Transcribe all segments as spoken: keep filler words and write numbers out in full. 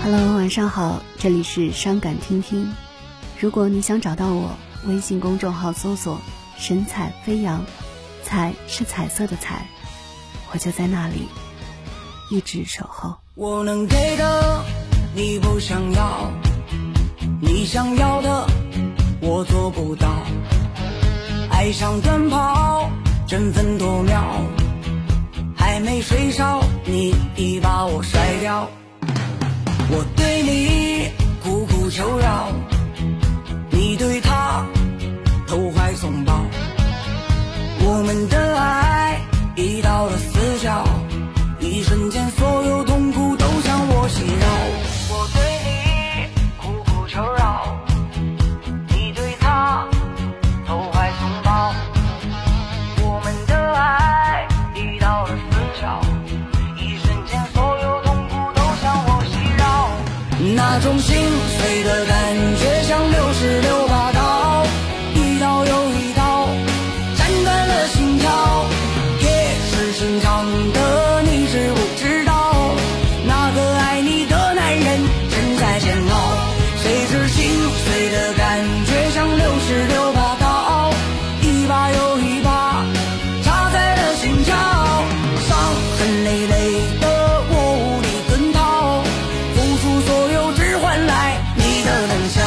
Hello， 晚上好，这里是伤感听听。如果你想找到我，微信公众号搜索神采飞扬，彩是彩色的彩，我就在那里一直守候。 我能给的你不想要，你想要的我做不到，爱上短跑争分夺秒，还没睡着你已把我甩掉。我对你苦苦求饶，你对他投怀送抱，我们的爱已到了死角，一瞬间所有痛苦都向我袭扰。我对你苦苦求饶，你对他投怀送抱，我们的爱已到了死角，一瞬间所有痛苦都向我袭扰。那种心碎的感觉像六十六把刀，一刀又一刀斩断了心跳，铁是心肠的你知不知道，那个爱你的男人正在煎熬。谁知心碎的感觉像六十六把刀，一把又一把插在了心跳，伤痕累累的我无力遁逃，付出所有只换来你的冷笑。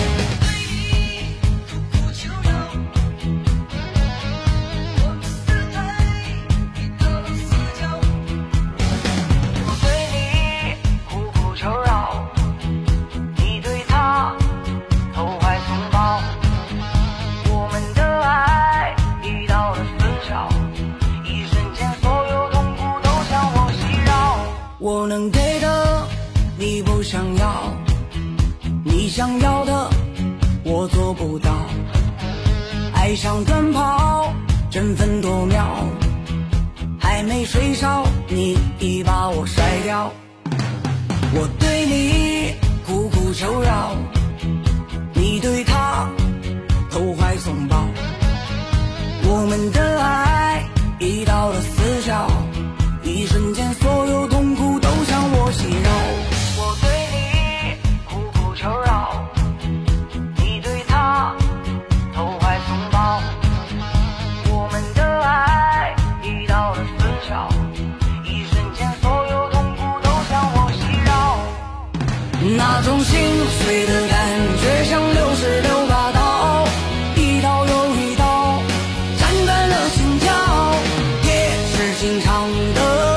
我能给的你不想要，你想要的我做不到，爱上短跑争分夺秒，还没睡着你已把我甩掉。我对你苦苦求饶，你对他投怀送抱，我们的爱已到了死角，一瞬间所有痛苦都向我袭扰。我对你苦苦求饶，你对他投怀送抱，我们的爱已到了死角，一瞬间所有痛苦都向我袭扰。那种心碎的感觉像六十六把刀，一刀又一刀斩断了心跳，铁是心肠的